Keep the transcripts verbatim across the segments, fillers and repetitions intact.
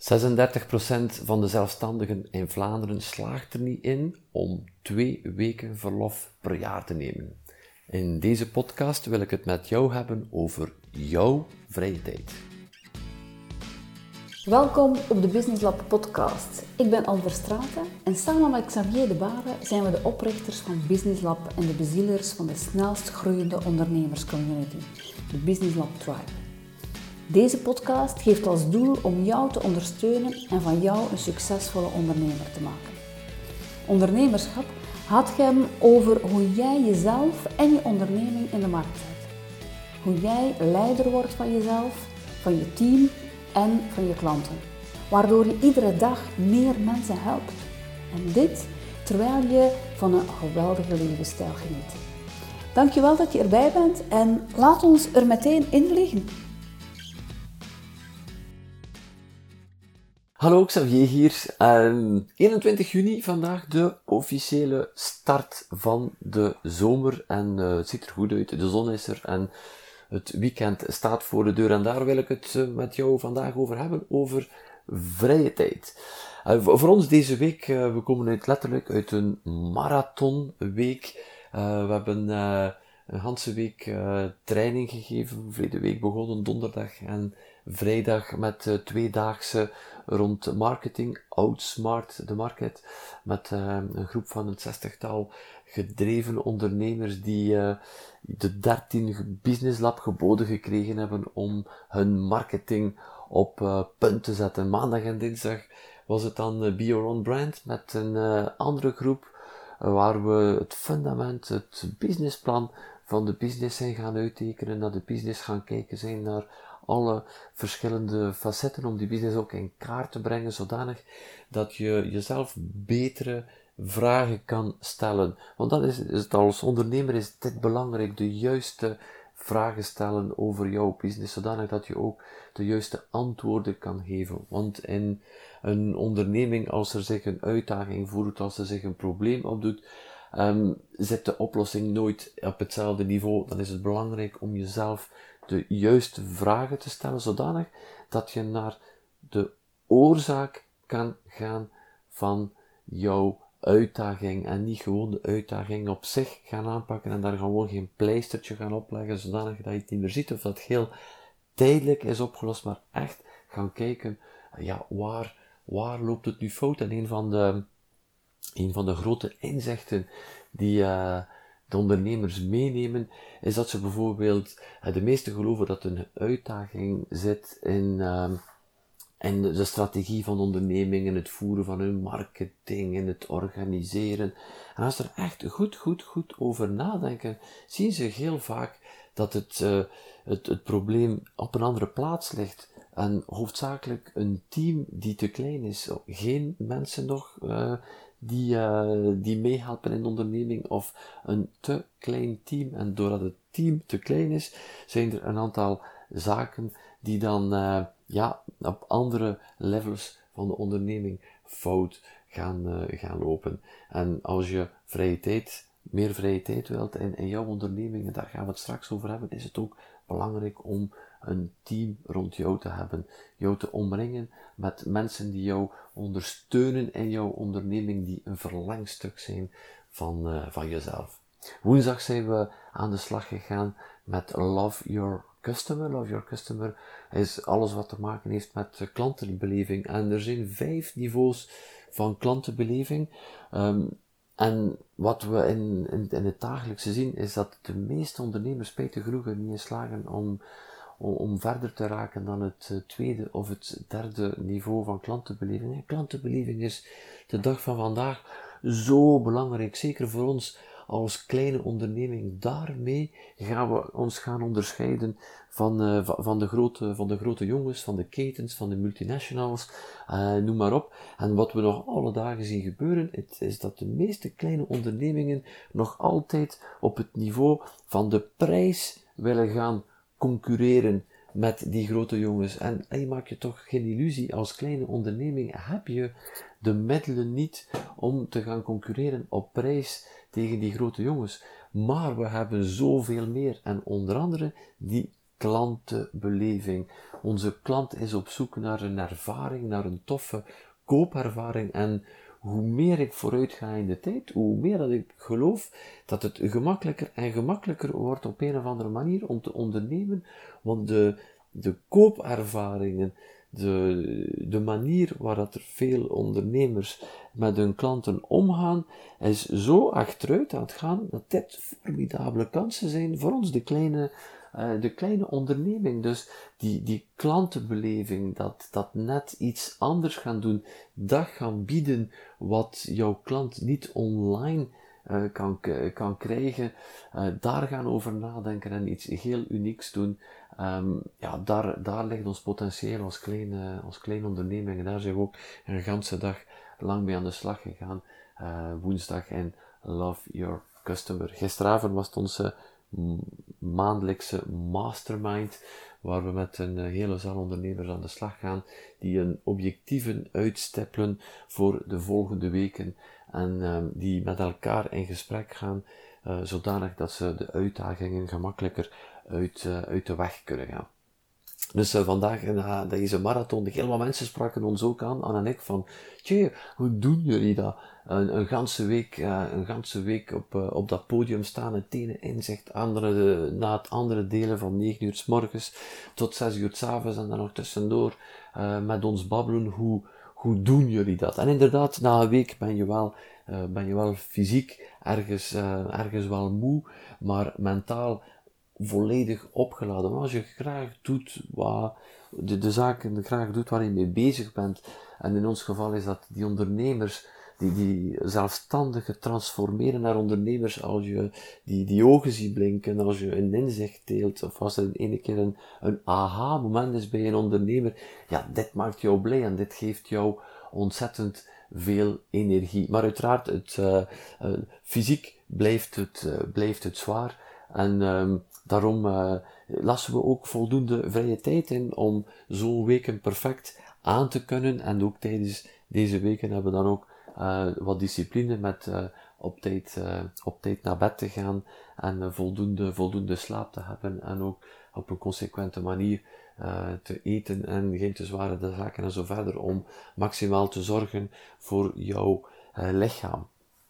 zesendertig procent van de zelfstandigen in Vlaanderen slaagt er niet in om twee weken verlof per jaar te nemen. In deze podcast wil ik het met jou hebben over jouw vrije tijd. Welkom op de Business Lab podcast. Ik ben Anne Verstraeten en samen met Xavier de Bare zijn we de oprichters van Business Lab en de bezielers van de snelst groeiende ondernemerscommunity, de Business Lab Tribe. Deze podcast heeft als doel om jou te ondersteunen en van jou een succesvolle ondernemer te maken. Ondernemerschap gaat hem over hoe jij jezelf en je onderneming in de markt zet. Hoe jij leider wordt van jezelf, van je team en van je klanten. Waardoor je iedere dag meer mensen helpt. En dit terwijl je van een geweldige levensstijl geniet. Dankjewel dat je erbij bent en laat ons er meteen in vliegen. Hallo, Xavier hier. Um, eenentwintig juni vandaag de officiële start van de zomer. En uh, het ziet er goed uit, de zon is er en het weekend staat voor de deur. En daar wil ik het uh, met jou vandaag over hebben, over vrije tijd. Uh, voor ons deze week, uh, we komen uit, letterlijk uit een marathonweek. Uh, we hebben uh, een ganse week uh, training gegeven, verleden week begonnen, donderdag en vrijdag met uh, tweedaagse rond marketing, Outsmart de market, met uh, een groep van een zestigtal gedreven ondernemers die uh, de dertien Business Lab geboden gekregen hebben om hun marketing op uh, punt te zetten. Maandag en dinsdag was het dan uh, Be Your Own Brand met een uh, andere groep uh, waar we het fundament, het businessplan van de business zijn gaan uittekenen, naar de business gaan kijken zijn, naar alle verschillende facetten om die business ook in kaart te brengen, zodanig dat je jezelf betere vragen kan stellen. Want dat is, is het, als ondernemer is dit belangrijk, de juiste vragen stellen over jouw business, zodanig dat je ook de juiste antwoorden kan geven. Want in een onderneming, als er zich een uitdaging voert, als er zich een probleem opdoet, um, zit de oplossing nooit op hetzelfde niveau. Dan is het belangrijk om jezelf de juiste vragen te stellen, zodanig dat je naar de oorzaak kan gaan van jouw uitdaging en niet gewoon de uitdaging op zich gaan aanpakken en daar gewoon geen pleistertje gaan opleggen, zodanig dat je het niet meer ziet of dat heel tijdelijk is opgelost, maar echt gaan kijken, ja, waar, waar loopt het nu fout? En een van de, een van de grote inzichten die uh, de ondernemers meenemen, is dat ze bijvoorbeeld, de meesten geloven dat een uitdaging zit in, uh, in de strategie van de onderneming, in het voeren van hun marketing, in het organiseren. En als ze er echt goed, goed, goed over nadenken, zien ze heel vaak dat het, uh, het, het probleem op een andere plaats ligt. En hoofdzakelijk een team die te klein is. Geen mensen nog uh, die, uh, die meehelpen in de onderneming, of een te klein team. En doordat het team te klein is, zijn er een aantal zaken die dan uh, ja, op andere levels van de onderneming fout gaan, uh, gaan lopen. En als je vrije tijd, meer vrije tijd wilt in, in jouw onderneming, en daar gaan we het straks over hebben, is het ook belangrijk om een team rond jou te hebben. Jou te omringen met mensen die jou ondersteunen in jouw onderneming, die een verlengstuk zijn van, uh, van jezelf. Woensdag zijn we aan de slag gegaan met Love Your Customer. Love Your Customer is alles wat te maken heeft met klantenbeleving. En er zijn vijf niveaus van klantenbeleving. Um, en wat we in, in, in het dagelijkse zien, is dat de meeste ondernemers spijtig genoeg er niet in slagen om, om, om verder te raken dan het tweede of het derde niveau van klantenbeleving. En klantenbeleving is de dag van vandaag zo belangrijk, zeker voor ons als kleine onderneming. Daarmee gaan we ons gaan onderscheiden van, uh, van, de grote, van de grote jongens, van de ketens, van de multinationals, uh, noem maar op. En wat we nog alle dagen zien gebeuren, het is dat de meeste kleine ondernemingen nog altijd op het niveau van de prijs willen gaan concurreren met die grote jongens. En, en je maakt je toch geen illusie, als kleine onderneming heb je de middelen niet om te gaan concurreren op prijs tegen die grote jongens. Maar we hebben zoveel meer. En onder andere die klantenbeleving. Onze klant is op zoek naar een ervaring, naar een toffe koopervaring. En hoe meer ik vooruit ga in de tijd, hoe meer dat ik geloof dat het gemakkelijker en gemakkelijker wordt op een of andere manier om te ondernemen. Want de, de koopervaringen, de, de manier waar dat er veel ondernemers met hun klanten omgaan, is zo achteruit aan het gaan dat dit formidabele kansen zijn voor ons, de kleine, uh, de kleine onderneming. Dus die, die klantenbeleving, dat, dat net iets anders gaan doen, dat gaan bieden wat jouw klant niet online uh, kan, kan krijgen, uh, daar gaan over nadenken en iets heel unieks doen. Um, ja, daar, daar ligt ons potentieel als kleine, als kleine onderneming. En daar zijn we ook een ganse dag lang mee aan de slag gegaan. Uh, woensdag in Love Your Customer. Gisteravond was het onze maandelijkse mastermind, waar we met een hele zaal ondernemers aan de slag gaan, die een objectieven uitstippelen voor de volgende weken en um, die met elkaar in gesprek gaan, uh, zodanig dat ze de uitdagingen gemakkelijker uit, uh, uit de weg kunnen gaan. Dus uh, vandaag in uh, deze marathon, heel wat mensen spraken ons ook aan, Anne en ik, van, tjee, hoe doen jullie dat? Een, een ganse week, uh, een ganse week op, uh, op dat podium staan, het ene inzicht, andere, na het andere delen van negen uur 's morgens tot zes uur 's avonds en dan nog tussendoor uh, met ons babbelen, hoe, hoe doen jullie dat? En inderdaad, na een week ben je wel, uh, ben je wel fysiek ergens, uh, ergens wel moe, maar mentaal volledig opgeladen. Maar als je graag doet wat, de, de zaken graag doet waar je mee bezig bent, en in ons geval is dat die ondernemers, die, die zelfstandigen transformeren naar ondernemers, als je die, die ogen ziet blinken, als je een inzicht deelt, of als er een keer een, een aha-moment is bij een ondernemer, ja, dit maakt jou blij en dit geeft jou ontzettend veel energie. Maar uiteraard, het, uh, uh, fysiek blijft het, uh, blijft het zwaar. En um, daarom uh, lassen we ook voldoende vrije tijd in om zo'n weken perfect aan te kunnen. En ook tijdens deze weken hebben we dan ook uh, wat discipline met uh, op, tijd, uh, op tijd naar bed te gaan en uh, voldoende, voldoende slaap te hebben en ook op een consequente manier uh, te eten en geen te zware zaken en zo verder om maximaal te zorgen voor jouw uh, lichaam.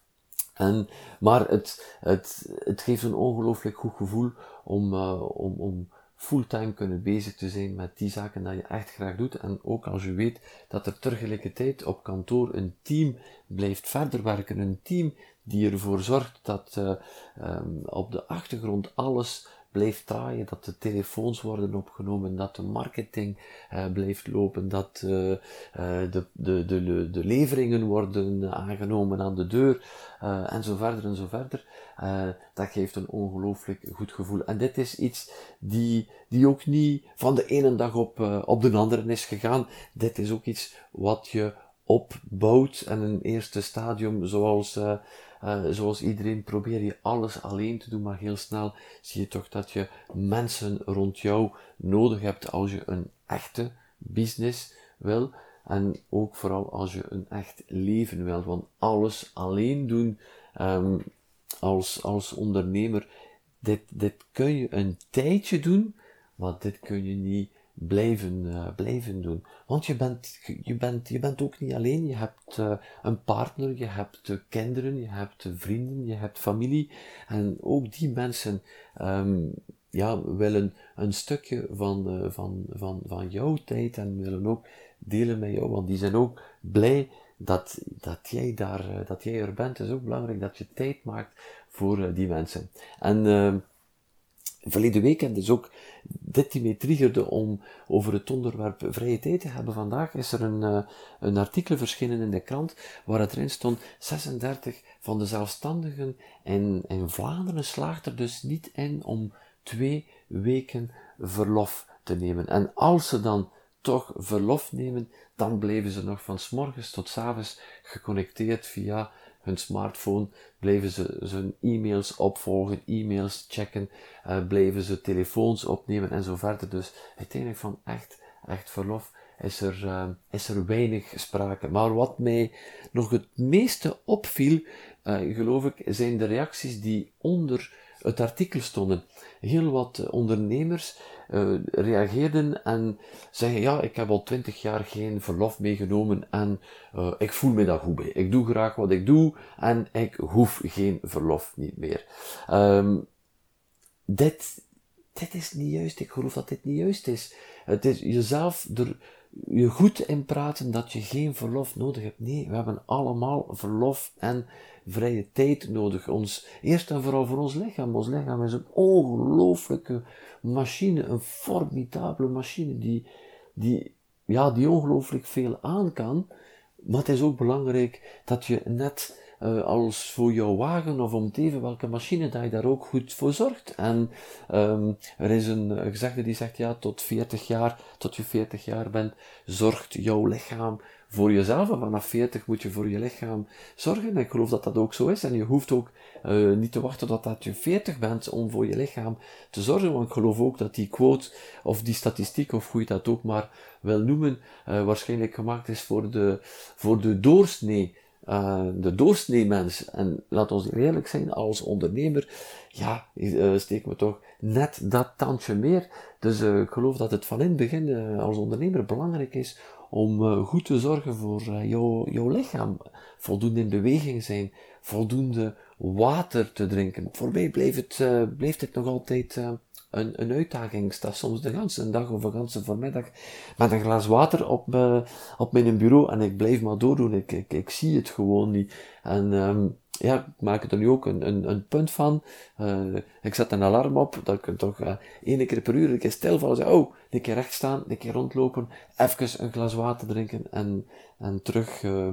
En, maar het, het, het geeft een ongelooflijk goed gevoel om, uh, om, om fulltime kunnen bezig te zijn met die zaken dat je echt graag doet. En ook als je weet dat er tegelijkertijd op kantoor een team blijft verder werken. Een team die ervoor zorgt dat uh, um, op de achtergrond alles blijft draaien, dat de telefoons worden opgenomen, dat de marketing uh, blijft lopen, dat uh, uh, de, de, de, de leveringen worden aangenomen aan de deur, uh, en zo verder en zo verder. Uh, dat geeft een ongelooflijk goed gevoel. En dit is iets die, die ook niet van de ene dag op, uh, op de andere is gegaan. Dit is ook iets wat je opbouwt en een eerste stadium, zoals, uh, uh, zoals iedereen, probeer je alles alleen te doen, maar heel snel zie je toch dat je mensen rond jou nodig hebt als je een echte business wil en ook vooral als je een echt leven wilt, want alles alleen doen um, als, als ondernemer, dit, dit kun je een tijdje doen, maar dit kun je niet blijven, uh, blijven doen. Want je bent, je bent, je bent ook niet alleen. Je hebt uh, een partner, je hebt uh, kinderen, je hebt uh, vrienden, je hebt familie. En ook die mensen, um, ja, willen een stukje van, uh, van, van, van jouw tijd en willen ook delen met jou, want die zijn ook blij dat, dat jij daar, uh, dat jij er bent. Het is ook belangrijk dat je tijd maakt voor uh, die mensen. En, uh, verleden week, en dus ook dit die mij triggerde om over het onderwerp vrije tijd te hebben vandaag, is er een, uh, een artikel verschenen in de krant waar het erin stond, zesendertig van de zelfstandigen in, in Vlaanderen slaagt er dus niet in om twee weken verlof te nemen. En als ze dan toch verlof nemen, dan blijven ze nog van 's morgens tot 's avonds geconnecteerd via hun smartphone, blijven ze hun e-mails opvolgen, e-mails checken, uh, blijven ze telefoons opnemen en zo verder. Dus uiteindelijk van echt, echt verlof is er, uh, is er weinig sprake. Maar wat mij nog het meeste opviel, uh, geloof ik, zijn de reacties die onder het artikel stonden. Heel wat ondernemers uh, reageerden en zeggen, ja, ik heb al twintig jaar geen verlof meegenomen en uh, ik voel me daar goed bij. Ik doe graag wat ik doe en ik hoef geen verlof niet meer. Um, dit, dit is niet juist. Ik geloof dat dit niet juist is. Het is jezelf er je goed in praten dat je geen verlof nodig hebt. Nee, we hebben allemaal verlof en vrije tijd nodig. Ons, eerst en vooral voor ons lichaam. Ons lichaam is een ongelooflijke machine, een formidabele machine die, die, ja, die ongelooflijk veel aan kan. Maar het is ook belangrijk dat je net uh, als voor jouw wagen of om het even welke machine, dat je daar ook goed voor zorgt. En um, er is een gezegde die zegt, ja, tot veertig jaar, tot je veertig jaar bent, zorgt jouw lichaam voor jezelf. En vanaf veertig moet je voor je lichaam zorgen. En ik geloof dat dat ook zo is. En je hoeft ook uh, niet te wachten tot dat je veertig bent om voor je lichaam te zorgen. Want ik geloof ook dat die quote, of die statistiek, of hoe je dat ook maar wil noemen, uh, waarschijnlijk gemaakt is voor de, voor de doorsnee. Uh, de doorsnee mens. En laat ons eerlijk zijn, als ondernemer, ja, uh, steken we toch net dat tandje meer. Dus uh, ik geloof dat het van in het begin uh, als ondernemer belangrijk is om uh, goed te zorgen voor uh, jouw, jouw lichaam. Voldoende in beweging zijn, voldoende water te drinken. Voor mij blijft het, uh, blijft het nog altijd uh, een, een uitdaging. Ik sta soms de hele dag of de hele voormiddag met een glas water op, uh, op mijn bureau en ik blijf maar doordoen. Ik, ik, ik zie het gewoon niet. En um, ja, ik maak er nu ook een, een, een punt van. Uh, ik zet een alarm op, dat ik toch uh, één keer per uur een keer stilvallen en zeggen, oh, een keer recht staan, een keer rondlopen, even een glas water drinken en, en terug, uh,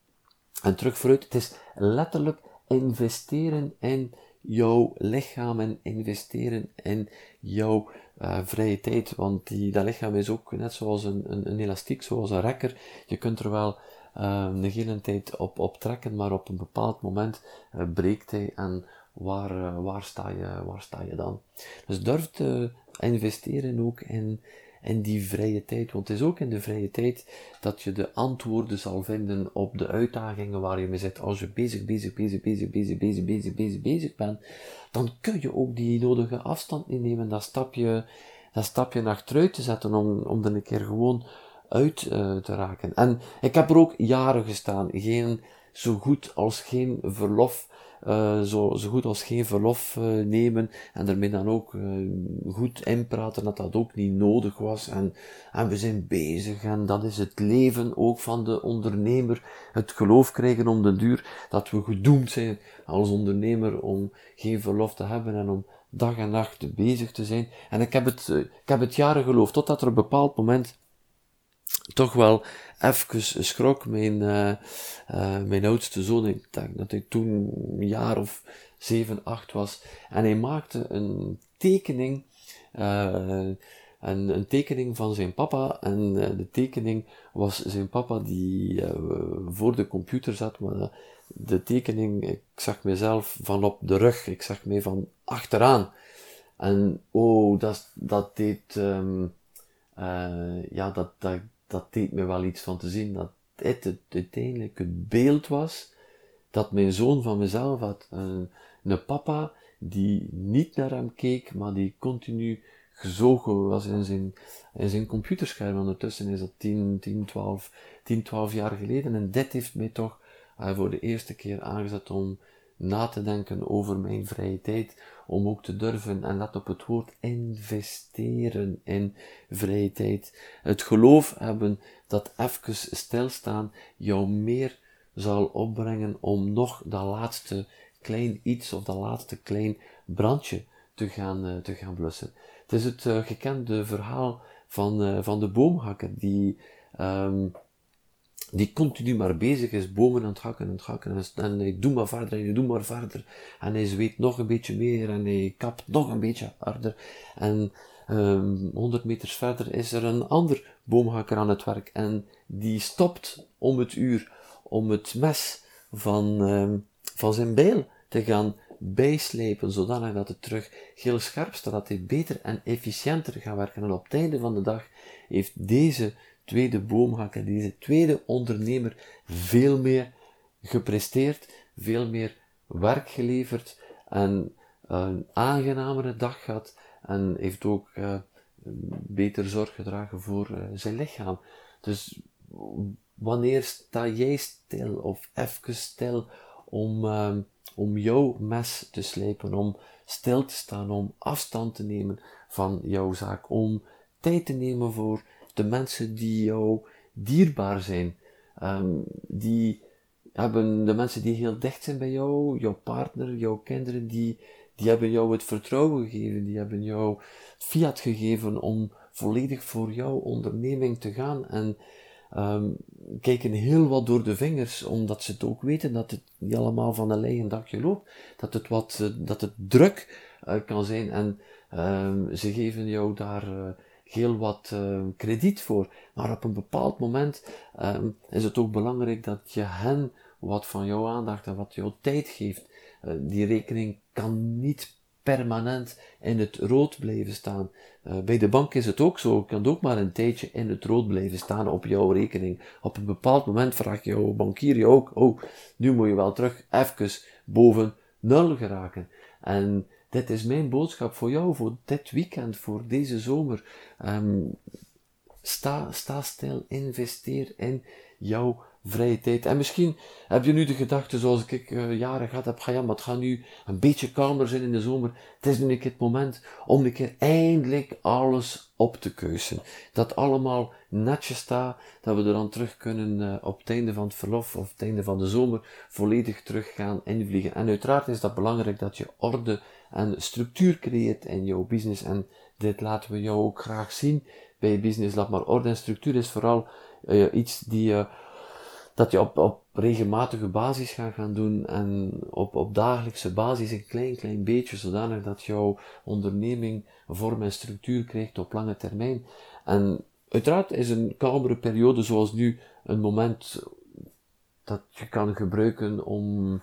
en terug vooruit. Het is letterlijk investeren in jouw lichaam en investeren in jouw uh, vrije tijd, want die, dat lichaam is ook net zoals een, een, een elastiek, zoals een rekker. Je kunt er wel uh, een hele tijd op, op trekken, maar op een bepaald moment uh, breekt hij en waar, uh, waar, sta je, waar sta je dan? Dus durf te investeren ook in in die vrije tijd, want het is ook in de vrije tijd dat je de antwoorden zal vinden op de uitdagingen waar je mee zit. Als je bezig, bezig, bezig, bezig, bezig, bezig, bezig, bezig, bezig bent, dan kun je ook die nodige afstand niet nemen, dat stapje, dat stapje achteruit te zetten om, om er een keer gewoon uit uh, te raken. En ik heb er ook jaren gestaan, geen, zo goed als geen verlof, Uh, zo, zo goed als geen verlof uh, nemen en daarmee dan ook uh, goed inpraten dat dat ook niet nodig was en, en we zijn bezig en dat is het leven ook van de ondernemer, het geloof krijgen om de duur dat we gedoemd zijn als ondernemer om geen verlof te hebben en om dag en nacht bezig te zijn. En ik heb het, uh, ik heb het jaren geloofd, totdat er op een bepaald moment toch wel even schrok. Mijn, uh, uh, mijn oudste zoon, ik denk dat hij toen een jaar of zeven, acht was, en hij maakte een tekening, uh, een, een tekening van zijn papa, en uh, de tekening was zijn papa die uh, voor de computer zat, maar de tekening, ik zag mezelf van op de rug, ik zag mij van achteraan, en oh, dat, dat deed, um, uh, ja, dat, dat dat deed me wel iets van te zien, dat dit het, uiteindelijk het beeld was, dat mijn zoon van mezelf had, een, een papa die niet naar hem keek, maar die continu gezogen was in zijn, in zijn computerscherm. Ondertussen is dat tien, tien, twaalf, tien, twaalf jaar geleden, en dit heeft mij toch uh, voor de eerste keer aangezet om na te denken over mijn vrije tijd, om ook te durven, en let op het woord, investeren in vrije tijd. Het geloof hebben dat even stilstaan jou meer zal opbrengen om nog dat laatste klein iets of dat laatste klein brandje te gaan, uh, te gaan blussen. Het is het uh, gekende verhaal van, uh, van de boomhakker die um, die continu maar bezig is, bomen aan het hakken en het hakken, en, en hij doet maar verder, en hij doet maar verder, en hij zweet nog een beetje meer, en hij kapt nog een beetje harder, en um, honderd meters verder is er een ander boomhakker aan het werk, en die stopt om het uur, om het mes van, um, van zijn bijl te gaan bijslijpen, zodanig dat het terug heel scherp staat, dat hij beter en efficiënter gaat werken. En op het einde van de dag heeft deze tweede boomhakker, deze tweede ondernemer, veel meer gepresteerd, veel meer werk geleverd en een aangenamere dag gehad, en heeft ook uh, beter zorg gedragen voor uh, zijn lichaam. Dus wanneer sta jij stil of even stil om, uh, om jouw mes te slijpen, om stil te staan, om afstand te nemen van jouw zaak, om tijd te nemen voor de mensen die jou dierbaar zijn, um, die hebben de mensen die heel dicht zijn bij jou, jouw partner, jouw kinderen, die, die hebben jou het vertrouwen gegeven, die hebben jou fiat gegeven om volledig voor jouw onderneming te gaan en um, kijken heel wat door de vingers, omdat ze het ook weten dat het niet allemaal van een leien dakje loopt, dat het wat, uh, dat het druk uh, kan zijn en um, ze geven jou daar uh, heel wat uh, krediet voor, maar op een bepaald moment um, is het ook belangrijk dat je hen wat van jouw aandacht en wat jouw tijd geeft. Uh, die rekening kan niet permanent in het rood blijven staan. Uh, bij de bank is het ook zo, kan het ook maar een tijdje in het rood blijven staan op jouw rekening. Op een bepaald moment vraagt jouw bankier je ook, oh, nu moet je wel terug even boven nul geraken. En dit is mijn boodschap voor jou, voor dit weekend, voor deze zomer. Um, sta, sta stil, investeer in jouw vrije tijd. En misschien heb je nu de gedachte, zoals ik uh, jaren gehad heb, ja, maar het gaat nu een beetje kalmer zijn in de zomer. Het is nu een keer het moment om een keer eindelijk alles op te keuzen. Dat allemaal netjes staat, dat we er dan terug kunnen uh, op het einde van het verlof of het einde van de zomer volledig terug gaan invliegen. En uiteraard is dat belangrijk dat je orde en structuur creëert in jouw business. En dit laten we jou ook graag zien bij Business Lab. Maar orde en structuur is vooral uh, iets die uh, dat je op, op regelmatige basis gaat gaan doen en op, op dagelijkse basis een klein, klein beetje, zodanig dat jouw onderneming vorm en structuur krijgt op lange termijn. En uiteraard is een kalmere periode zoals nu een moment dat je kan gebruiken om,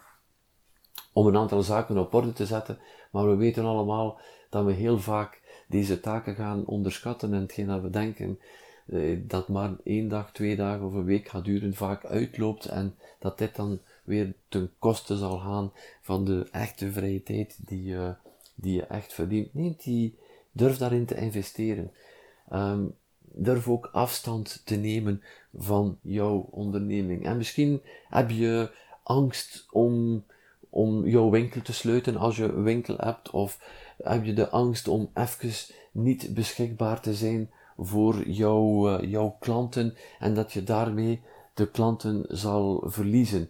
om een aantal zaken op orde te zetten, maar we weten allemaal dat we heel vaak deze taken gaan onderschatten en hetgeen dat we denken dat maar één dag, twee dagen of een week gaat duren, vaak uitloopt en dat dit dan weer ten koste zal gaan van de echte vrije tijd die je, die je echt verdient. Nee, die, durf daarin te investeren. Um, durf ook afstand te nemen van jouw onderneming. En misschien heb je angst om, om jouw winkel te sluiten als je een winkel hebt, of heb je de angst om even niet beschikbaar te zijn voor jouw, uh, jouw klanten en dat je daarmee de klanten zal verliezen.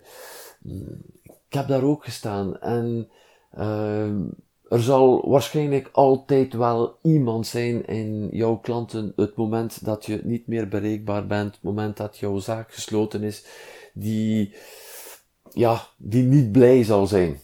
Ik heb daar ook gestaan en uh, er zal waarschijnlijk altijd wel iemand zijn in jouw klanten het moment dat je niet meer bereikbaar bent, het moment dat jouw zaak gesloten is, die, ja, die niet blij zal zijn.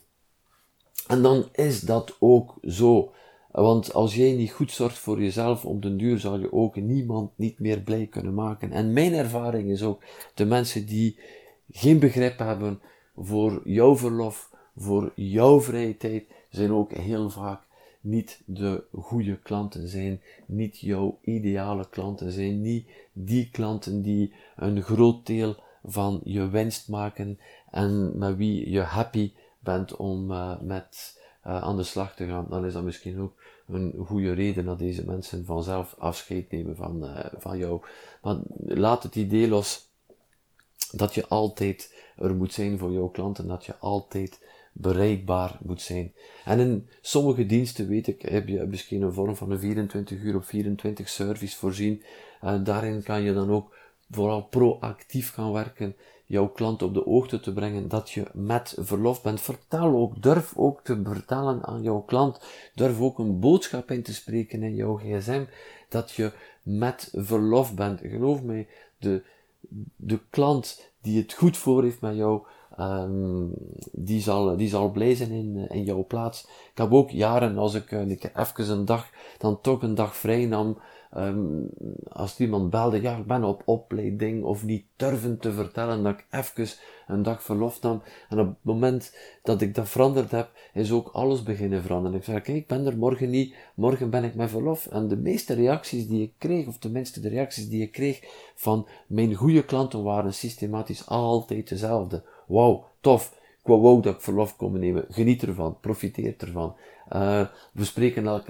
En dan is dat ook zo. Want als jij niet goed zorgt voor jezelf, op den duur zal je ook niemand niet meer blij kunnen maken. En mijn ervaring is ook, de mensen die geen begrip hebben voor jouw verlof, voor jouw vrije tijd, zijn ook heel vaak niet de goede klanten, zijn niet jouw ideale klanten, zijn niet die klanten die een groot deel van je winst maken en met wie je happy bent om uh, met uh, aan de slag te gaan. Dan is dat misschien ook een goede reden dat deze mensen vanzelf afscheid nemen van, uh, van jou. Maar laat het idee los dat je altijd er moet zijn voor jouw klanten, dat je altijd bereikbaar moet zijn. En in sommige diensten, weet ik, heb je misschien een vorm van een vierentwintig uur op vierentwintig service voorzien. Uh, daarin kan je dan ook vooral proactief gaan werken, jouw klant op de hoogte te brengen dat je met verlof bent. Vertel ook, durf ook te vertellen aan jouw klant, durf ook een boodschap in te spreken in jouw gsm, dat je met verlof bent. Geloof mij, de, de klant die het goed voor heeft met jou, um, die, zal, die zal blij zijn in, in jouw plaats. Ik heb ook jaren, als ik een keer even een dag, dan toch een dag vrij nam, Um, als iemand belde, ja, ik ben op opleiding, of niet durven te vertellen dat ik even een dag verlof nam. En op het moment dat ik dat veranderd heb, is ook alles beginnen veranderen. Ik zei, kijk, ik ben er morgen niet, morgen ben ik met verlof. En de meeste reacties die ik kreeg, of tenminste de reacties die ik kreeg van mijn goede klanten, waren systematisch altijd dezelfde. Wauw, tof. Ik wou ook dat ik verlof kon nemen. Geniet ervan, profiteer ervan. Uh, we spreken elkaar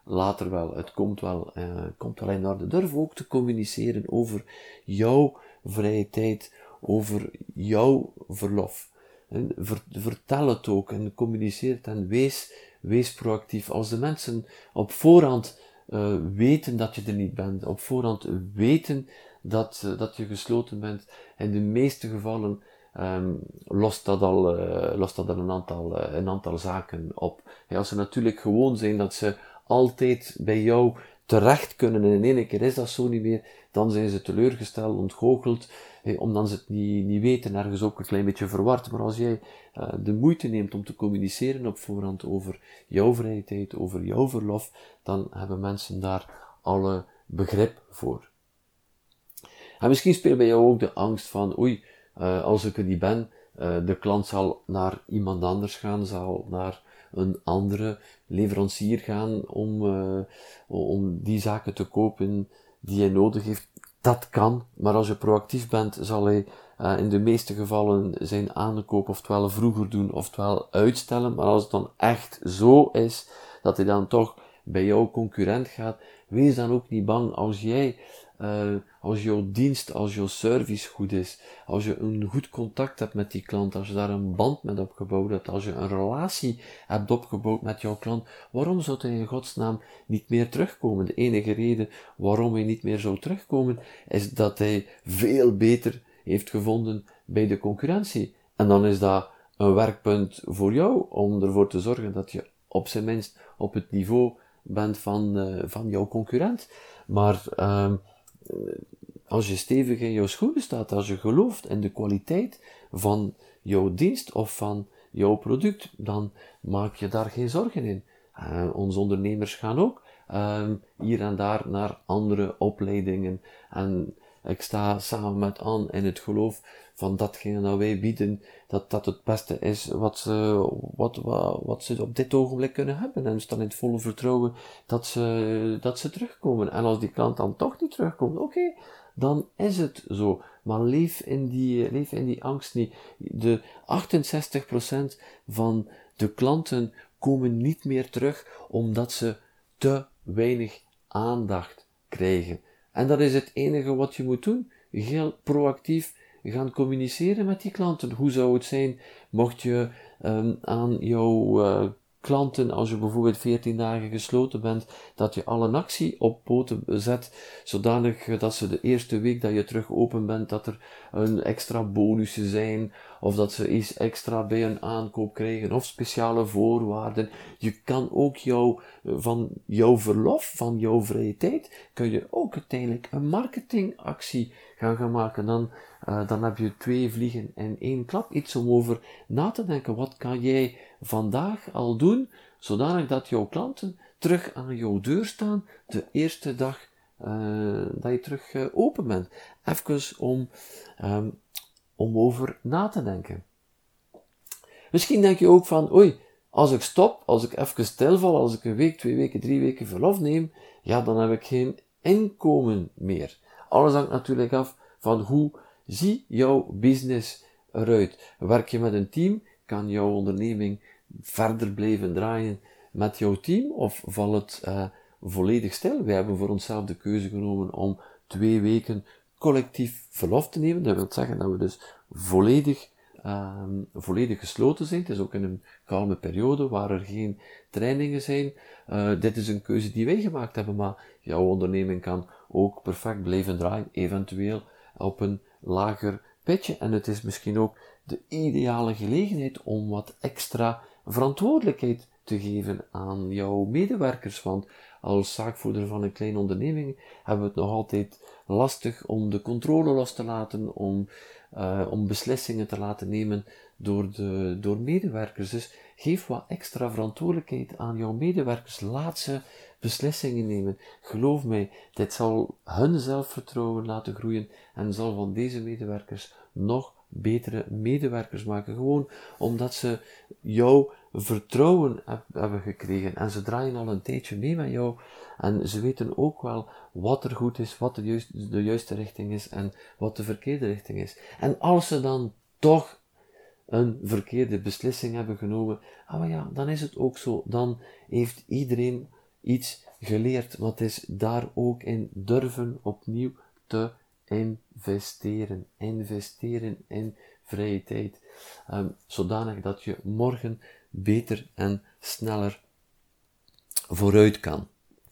later wel. Het komt wel, uh, komt wel in orde. Durf ook te communiceren over jouw vrije tijd, over jouw verlof. En ver, vertel het ook en communiceer het en wees, wees proactief. Als de mensen op voorhand uh, weten dat je er niet bent, op voorhand weten dat, uh, dat je gesloten bent, in de meeste gevallen um, lost dat al, uh, lost dat al een, aantal, uh, een aantal zaken op. Ja, als ze natuurlijk gewoon zijn dat ze altijd bij jou terecht kunnen en in één keer is dat zo niet meer, dan zijn ze teleurgesteld, ontgoocheld, eh, omdat ze het niet, niet weten, ergens ook een klein beetje verward. Maar als jij uh, de moeite neemt om te communiceren op voorhand over jouw vrije tijd, over jouw verlof, dan hebben mensen daar alle begrip voor. En misschien speelt bij jou ook de angst van, oei, uh, als ik er niet ben, uh, de klant zal naar iemand anders gaan, zal naar een andere leverancier gaan om, uh, om die zaken te kopen die hij nodig heeft. Dat kan, maar als je proactief bent, zal hij uh, in de meeste gevallen zijn aankoop oftewel vroeger doen, oftewel uitstellen. Maar als het dan echt zo is, dat hij dan toch bij jouw concurrent gaat, wees dan ook niet bang als jij Uh, als jouw dienst, als jouw service goed is, als je een goed contact hebt met die klant, als je daar een band met opgebouwd hebt, als je een relatie hebt opgebouwd met jouw klant, waarom zou hij in godsnaam niet meer terugkomen? De enige reden waarom hij niet meer zou terugkomen, is dat hij veel beter heeft gevonden bij de concurrentie. En dan is dat een werkpunt voor jou, om ervoor te zorgen dat je op zijn minst op het niveau bent van, uh, van jouw concurrent. Maar, uh, als je stevig in jouw schoenen staat, als je gelooft in de kwaliteit van jouw dienst of van jouw product, dan maak je daar geen zorgen in. Uh, onze ondernemers gaan ook uh, hier en daar naar andere opleidingen. En ik sta samen met Anne in het geloof van datgene dat wij bieden, dat dat het beste is wat ze, wat, wat, wat ze op dit ogenblik kunnen hebben. En we staan in het volle vertrouwen dat ze, dat ze terugkomen. En als die klant dan toch niet terugkomt, oké, okay, dan is het zo. Maar leef in die, leef in die angst niet. De achtenzestig procent van de klanten komen niet meer terug, omdat ze te weinig aandacht krijgen. En dat is het enige wat je moet doen. Heel proactief gaan communiceren met die klanten. Hoe zou het zijn mocht je um, aan jouw uh, klanten, als je bijvoorbeeld veertien dagen gesloten bent, dat je al een actie op poten zet, zodanig dat ze de eerste week dat je terug open bent, dat er een extra bonussen zijn, of dat ze iets extra bij een aankoop krijgen, of speciale voorwaarden. Je kan ook jou, van jouw verlof, van jouw vrije tijd, kun je ook uiteindelijk een marketingactie gaan, gaan maken. Dan, uh, dan heb je twee vliegen in één klap. Iets om over na te denken. Wat kan jij vandaag al doen, zodanig dat jouw klanten terug aan jouw deur staan de eerste dag uh, dat je terug uh, open bent. Even om, um, om over na te denken. Misschien denk je ook van, oei, als ik stop, als ik even stilval, als ik een week, twee weken, drie weken verlof neem, ja, dan heb ik geen inkomen meer. Alles hangt natuurlijk af van hoe zie jouw business eruit. Werk je met een team, kan jouw onderneming verder blijven draaien met jouw team, of valt het uh, volledig stil? Wij hebben voor onszelf de keuze genomen om twee weken collectief verlof te nemen. Dat wil zeggen dat we dus volledig, uh, volledig gesloten zijn. Het is ook in een kalme periode waar er geen trainingen zijn. Uh, dit is een keuze die wij gemaakt hebben, maar jouw onderneming kan ook perfect blijven draaien, eventueel op een lager pitje. En het is misschien ook de ideale gelegenheid om wat extra verantwoordelijkheid te geven aan jouw medewerkers. Want als zaakvoerder van een kleine onderneming hebben we het nog altijd lastig om de controle los te laten, om, uh, om beslissingen te laten nemen door, de, door medewerkers. Dus geef wat extra verantwoordelijkheid aan jouw medewerkers. Laat ze beslissingen nemen. Geloof mij, dit zal hun zelfvertrouwen laten groeien en zal van deze medewerkers nog betere medewerkers maken. Gewoon omdat ze jouw vertrouwen heb, hebben gekregen en ze draaien al een tijdje mee met jou en ze weten ook wel wat er goed is, wat de juiste, de juiste richting is en wat de verkeerde richting is. En als ze dan toch een verkeerde beslissing hebben genomen, ah maar ja, dan is het ook zo. Dan heeft iedereen iets geleerd, maar het is daar ook in durven opnieuw te investeren. Investeren in vrije tijd. Um, zodanig dat je morgen beter en sneller vooruit kan.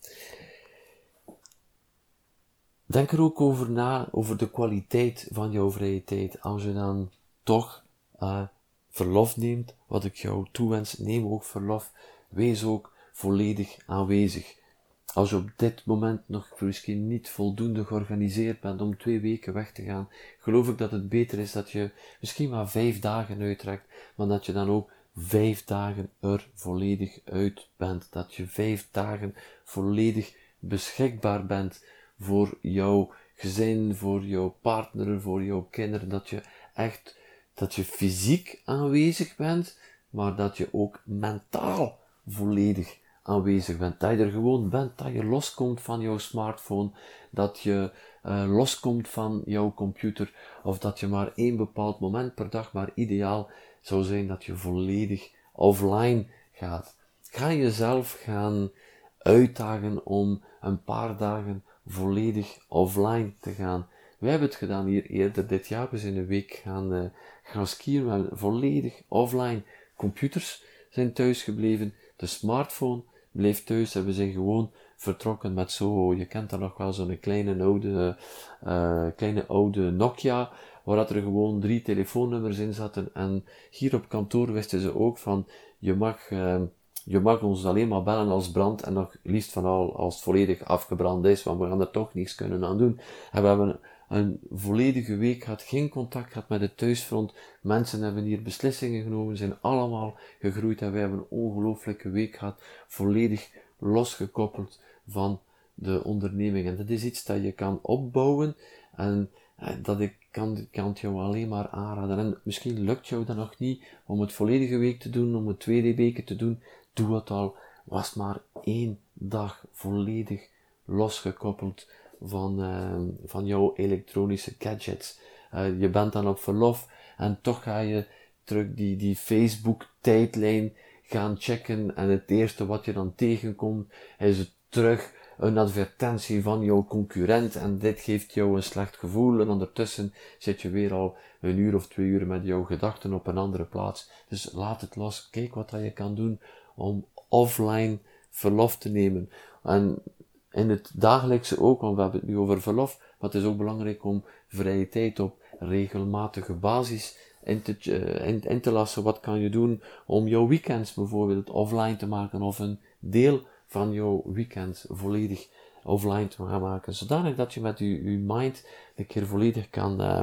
Denk er ook over na, over de kwaliteit van jouw vrije tijd. Als je dan toch uh, verlof neemt, wat ik jou toewens, neem ook verlof. Wees ook volledig aanwezig. Als je op dit moment nog misschien niet voldoende georganiseerd bent om twee weken weg te gaan, geloof ik dat het beter is dat je misschien maar vijf dagen uittrekt, maar dat je dan ook vijf dagen er volledig uit bent. Dat je vijf dagen volledig beschikbaar bent voor jouw gezin, voor jouw partner, voor jouw kinderen. Dat je echt, dat je fysiek aanwezig bent, maar dat je ook mentaal volledig aanwezig bent, dat je er gewoon bent, dat je loskomt van jouw smartphone, dat je uh, loskomt van jouw computer, of dat je maar één bepaald moment per dag, maar ideaal zou zijn dat je volledig offline gaat. Ga jezelf gaan uitdagen om een paar dagen volledig offline te gaan. Wij hebben het gedaan hier eerder dit jaar, we zijn een week gaan, uh, gaan skiën, we hebben volledig offline. Computers zijn thuis gebleven, de smartphone bleef thuis en we zijn gewoon vertrokken met zo, je kent dat nog wel, zo'n kleine oude, uh, kleine oude Nokia, waar dat er gewoon drie telefoonnummers in zaten. En hier op kantoor wisten ze ook van, je mag, uh, je mag ons alleen maar bellen als brand en nog liefst van al als het volledig afgebrand is, want we gaan er toch niets kunnen aan doen. En we hebben een volledige week gehad, geen contact gehad met het thuisfront. Mensen hebben hier beslissingen genomen, zijn allemaal gegroeid en wij hebben een ongelooflijke week gehad, volledig losgekoppeld van de onderneming. En dat is iets dat je kan opbouwen en eh, dat ik kan, kan het jou alleen maar aanraden. En misschien lukt jou dat nog niet om het volledige week te doen, om het tweede weken te doen. Doe het al, was maar één dag volledig losgekoppeld van, uh, van jouw elektronische gadgets. Uh, je bent dan op verlof en toch ga je terug die, die Facebook-tijdlijn gaan checken en het eerste wat je dan tegenkomt is het terug een advertentie van jouw concurrent en dit geeft jou een slecht gevoel en ondertussen zit je weer al een uur of twee uur met jouw gedachten op een andere plaats. Dus laat het los, kijk wat dat je kan doen om offline verlof te nemen. En in het dagelijkse ook, want we hebben het nu over verlof, maar het is ook belangrijk om vrije tijd op regelmatige basis in te, uh, in, in te lassen. Wat kan je doen om jouw weekends bijvoorbeeld offline te maken, of een deel van jouw weekend volledig offline te gaan maken, zodanig dat je met je, je mind een keer volledig kan, uh,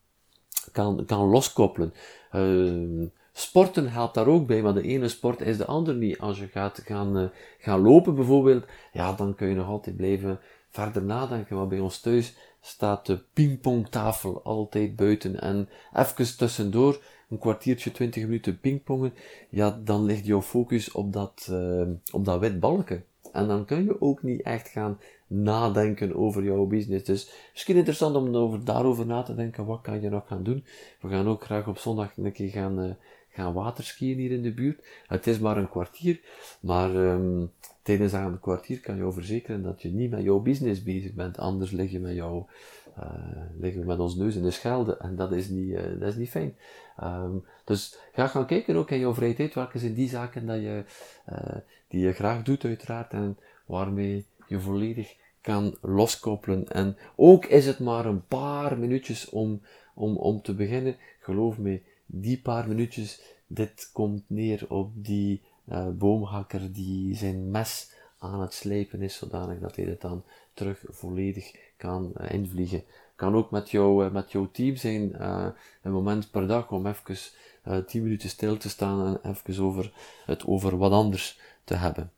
kan, kan loskoppelen. Uh, Sporten helpt daar ook bij, maar de ene sport is de ander niet. Als je gaat gaan, uh, gaan lopen bijvoorbeeld, ja, dan kun je nog altijd blijven verder nadenken. Want bij ons thuis staat de pingpongtafel altijd buiten. En even tussendoor, een kwartiertje, twintig minuten pingpongen, ja, dan ligt jouw focus op dat, uh, op dat wit balken. En dan kun je ook niet echt gaan nadenken over jouw business. Dus misschien interessant om over, daarover na te denken. Wat kan je nog gaan doen? We gaan ook graag op zondag een keer gaan, uh, gaan waterskiën hier in de buurt. Het is maar een kwartier, maar um, tijdens dat kwartier kan je jou verzekeren dat je niet met jouw business bezig bent. Anders lig je met jou, uh, liggen we met ons neus in de Schelde en dat is niet, uh, dat is niet fijn. Um, dus ga gaan kijken ook in jouw vrije tijd. Welke zijn die zaken dat je, uh, die je graag doet uiteraard en waarmee je volledig kan loskoppelen. En ook is het maar een paar minuutjes om, om, om te beginnen. Geloof me, die paar minuutjes, dit komt neer op die uh, boomhakker die zijn mes aan het slijpen is, zodanig dat hij het dan terug volledig kan uh, invliegen. Kan ook met, jou, uh, met jouw team zijn, uh, een moment per dag om even uh, tien minuten stil te staan en even over het over wat anders te hebben.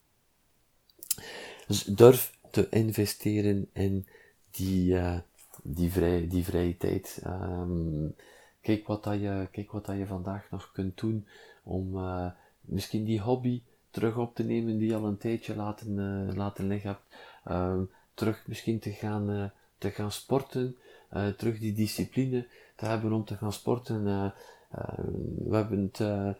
Dus durf te investeren in die, uh, die, vrij, die vrije tijd. Um, kijk, wat dat je, kijk wat dat je vandaag nog kunt doen om uh, misschien die hobby terug op te nemen die je al een tijdje laten, uh, laten liggen hebt. Uh, terug misschien te gaan, uh, te gaan sporten. Uh, terug die discipline te hebben om te gaan sporten. Uh, Uh, we hebben het, uh,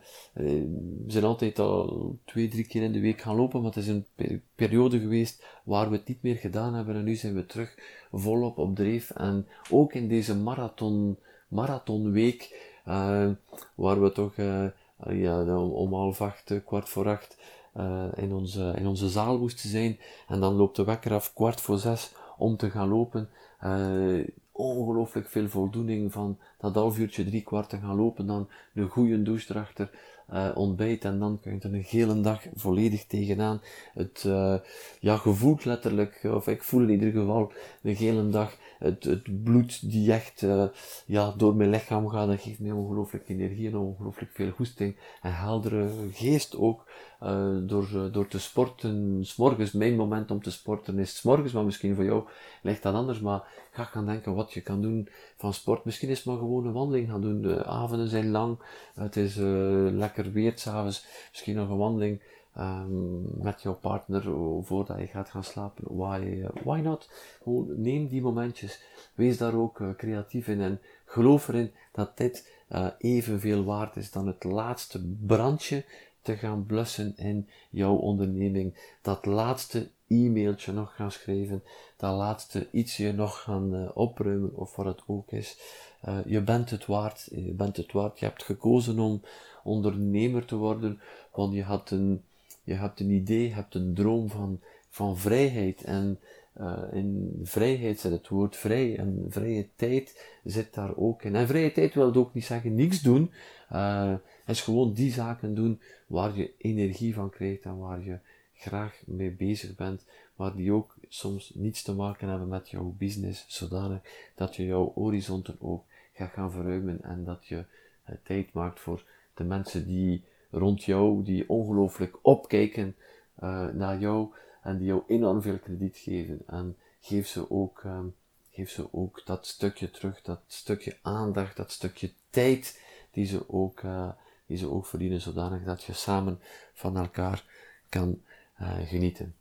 we zijn altijd al twee, drie keer in de week gaan lopen, maar het is een per- periode geweest waar we het niet meer gedaan hebben en nu zijn we terug volop op dreef. En ook in deze marathon, marathonweek, uh, waar we toch uh, uh, ja, om, om half acht, kwart voor acht uh, in, onze, in onze zaal moesten zijn en dan loopt de wekker af kwart voor zes om te gaan lopen. Uh, ongelooflijk veel voldoening van dat half uurtje, drie kwart te gaan lopen, dan een goede douche erachter, uh, ontbijt en dan kun je er een hele dag volledig tegenaan. Het, uh, ja, gevoelt letterlijk, of ik voel in ieder geval een hele dag het, het bloed die echt uh, ja, door mijn lichaam gaat. Dat geeft mij ongelooflijk energie en ongelooflijk veel goesting en heldere geest ook. Uh, door, uh, door te sporten, 's morgens, mijn moment om te sporten is 's morgens, maar misschien voor jou ligt dat anders, maar ga gaan denken wat je kan doen van sport. Misschien is het maar gewoon een wandeling gaan doen. De avonden zijn lang, het is uh, lekker weer 's avonds, misschien nog een wandeling um, met jouw partner voordat je gaat gaan slapen. Why, uh, why not? Gewoon neem die momentjes, wees daar ook uh, creatief in en geloof erin dat dit uh, evenveel waard is dan het laatste brandje te gaan blussen in jouw onderneming, dat laatste e-mailtje nog gaan schrijven, dat laatste ietsje nog gaan uh, opruimen, of wat het ook is. Uh, je bent het waard, je bent het waard, je hebt gekozen om ondernemer te worden, want je had een, je hebt een idee, je hebt een droom van, van vrijheid, en uh, in vrijheid zit het woord vrij, en vrije tijd zit daar ook in. En vrije tijd wil ook niet zeggen niks doen, uh, is gewoon die zaken doen waar je energie van krijgt en waar je graag mee bezig bent, maar die ook soms niets te maken hebben met jouw business, zodanig dat je jouw horizonten ook gaat gaan verruimen en dat je uh, tijd maakt voor de mensen die rond jou, die ongelooflijk opkijken uh, naar jou en die jou enorm veel krediet geven. En geef ze ook, um, geef ze ook dat stukje terug, dat stukje aandacht, dat stukje tijd die ze ook, uh, die ze ook verdienen, zodanig dat je samen van elkaar kan uh, genieten.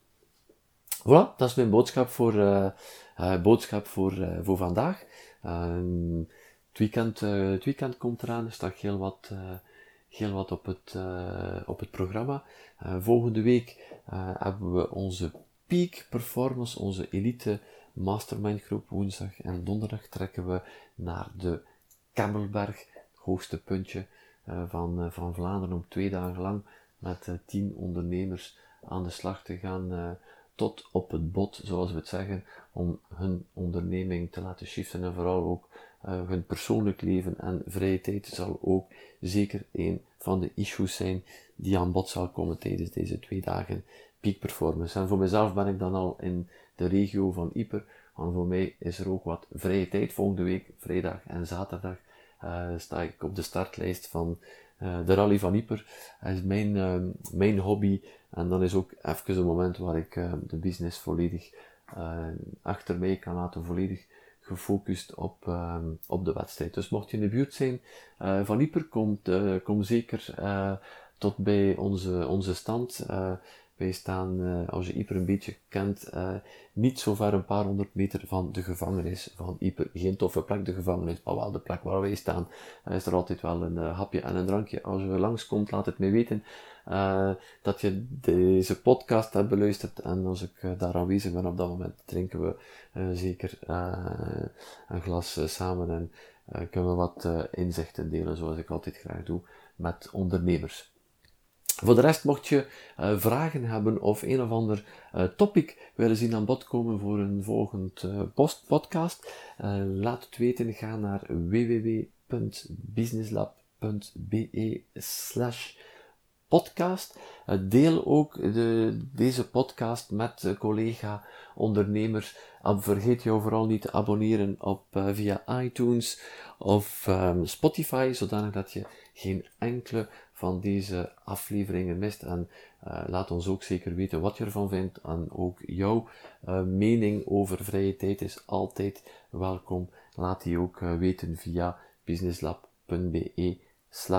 Voilà, dat is mijn boodschap voor, uh, uh, boodschap voor, uh, voor vandaag. Uh, het, weekend, uh, het weekend komt eraan, er staat heel wat, uh, heel wat op het, uh, op het programma. Uh, volgende week uh, hebben we onze Peak Performance, onze elite mastermind groep. Woensdag en donderdag trekken we naar de Kemmelberg, het hoogste puntje uh, van, uh, van Vlaanderen, om twee dagen lang met uh, tien ondernemers aan de slag te gaan, uh, tot op het bot, zoals we het zeggen, om hun onderneming te laten shiften en vooral ook uh, hun persoonlijk leven en vrije tijd zal ook zeker een van de issues zijn die aan bod zal komen tijdens deze twee dagen Peak Performance. En voor mezelf ben ik dan al in de regio van Ieper, en voor mij is er ook wat vrije tijd. Volgende week, vrijdag en zaterdag, uh, sta ik op de startlijst van uh, de Rally van Ieper. Dat is mijn, uh, mijn hobby. En dan is ook even een moment waar ik uh, de business volledig uh, achter mij kan laten, volledig gefocust op, uh, op de wedstrijd. Dus mocht je in de buurt zijn uh, van Ieper, kom, uh, kom zeker uh, tot bij onze, onze stand. Uh, Wij staan, uh, als je Ieper een beetje kent, uh, niet zo ver, een paar honderd meter van de gevangenis van Ieper. Geen toffe plek, de gevangenis, maar wel de plek waar wij staan. Uh, is er altijd wel een uh, hapje en een drankje. Als je langskomt, laat het mij weten uh, dat je deze podcast hebt beluisterd. En als ik uh, daar aanwezig ben op dat moment, drinken we uh, zeker uh, een glas uh, samen en uh, kunnen we wat uh, inzichten delen, zoals ik altijd graag doe, met ondernemers. Voor de rest, mocht je uh, vragen hebben of een of ander uh, topic willen zien aan bod komen voor een volgend uh, post podcast, uh, laat het weten. Ga naar w w w punt businesslab punt b e slash podcast. Uh, deel ook de, deze podcast met uh, collega ondernemers. Uh, vergeet jou vooral niet te abonneren op uh, via iTunes of um, Spotify, zodanig dat je geen enkele van deze afleveringen mist. En uh, laat ons ook zeker weten wat je ervan vindt. En ook jouw uh, mening over vrije tijd is altijd welkom. Laat die ook uh, weten via businesslab punt b e slash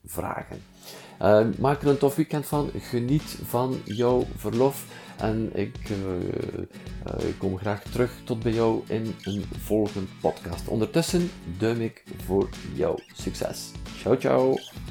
vragen. Uh, maak er een tof weekend van, geniet van jouw verlof en ik uh, uh, kom graag terug tot bij jou in een volgende podcast. Ondertussen duim ik voor jouw succes. Ciao, ciao!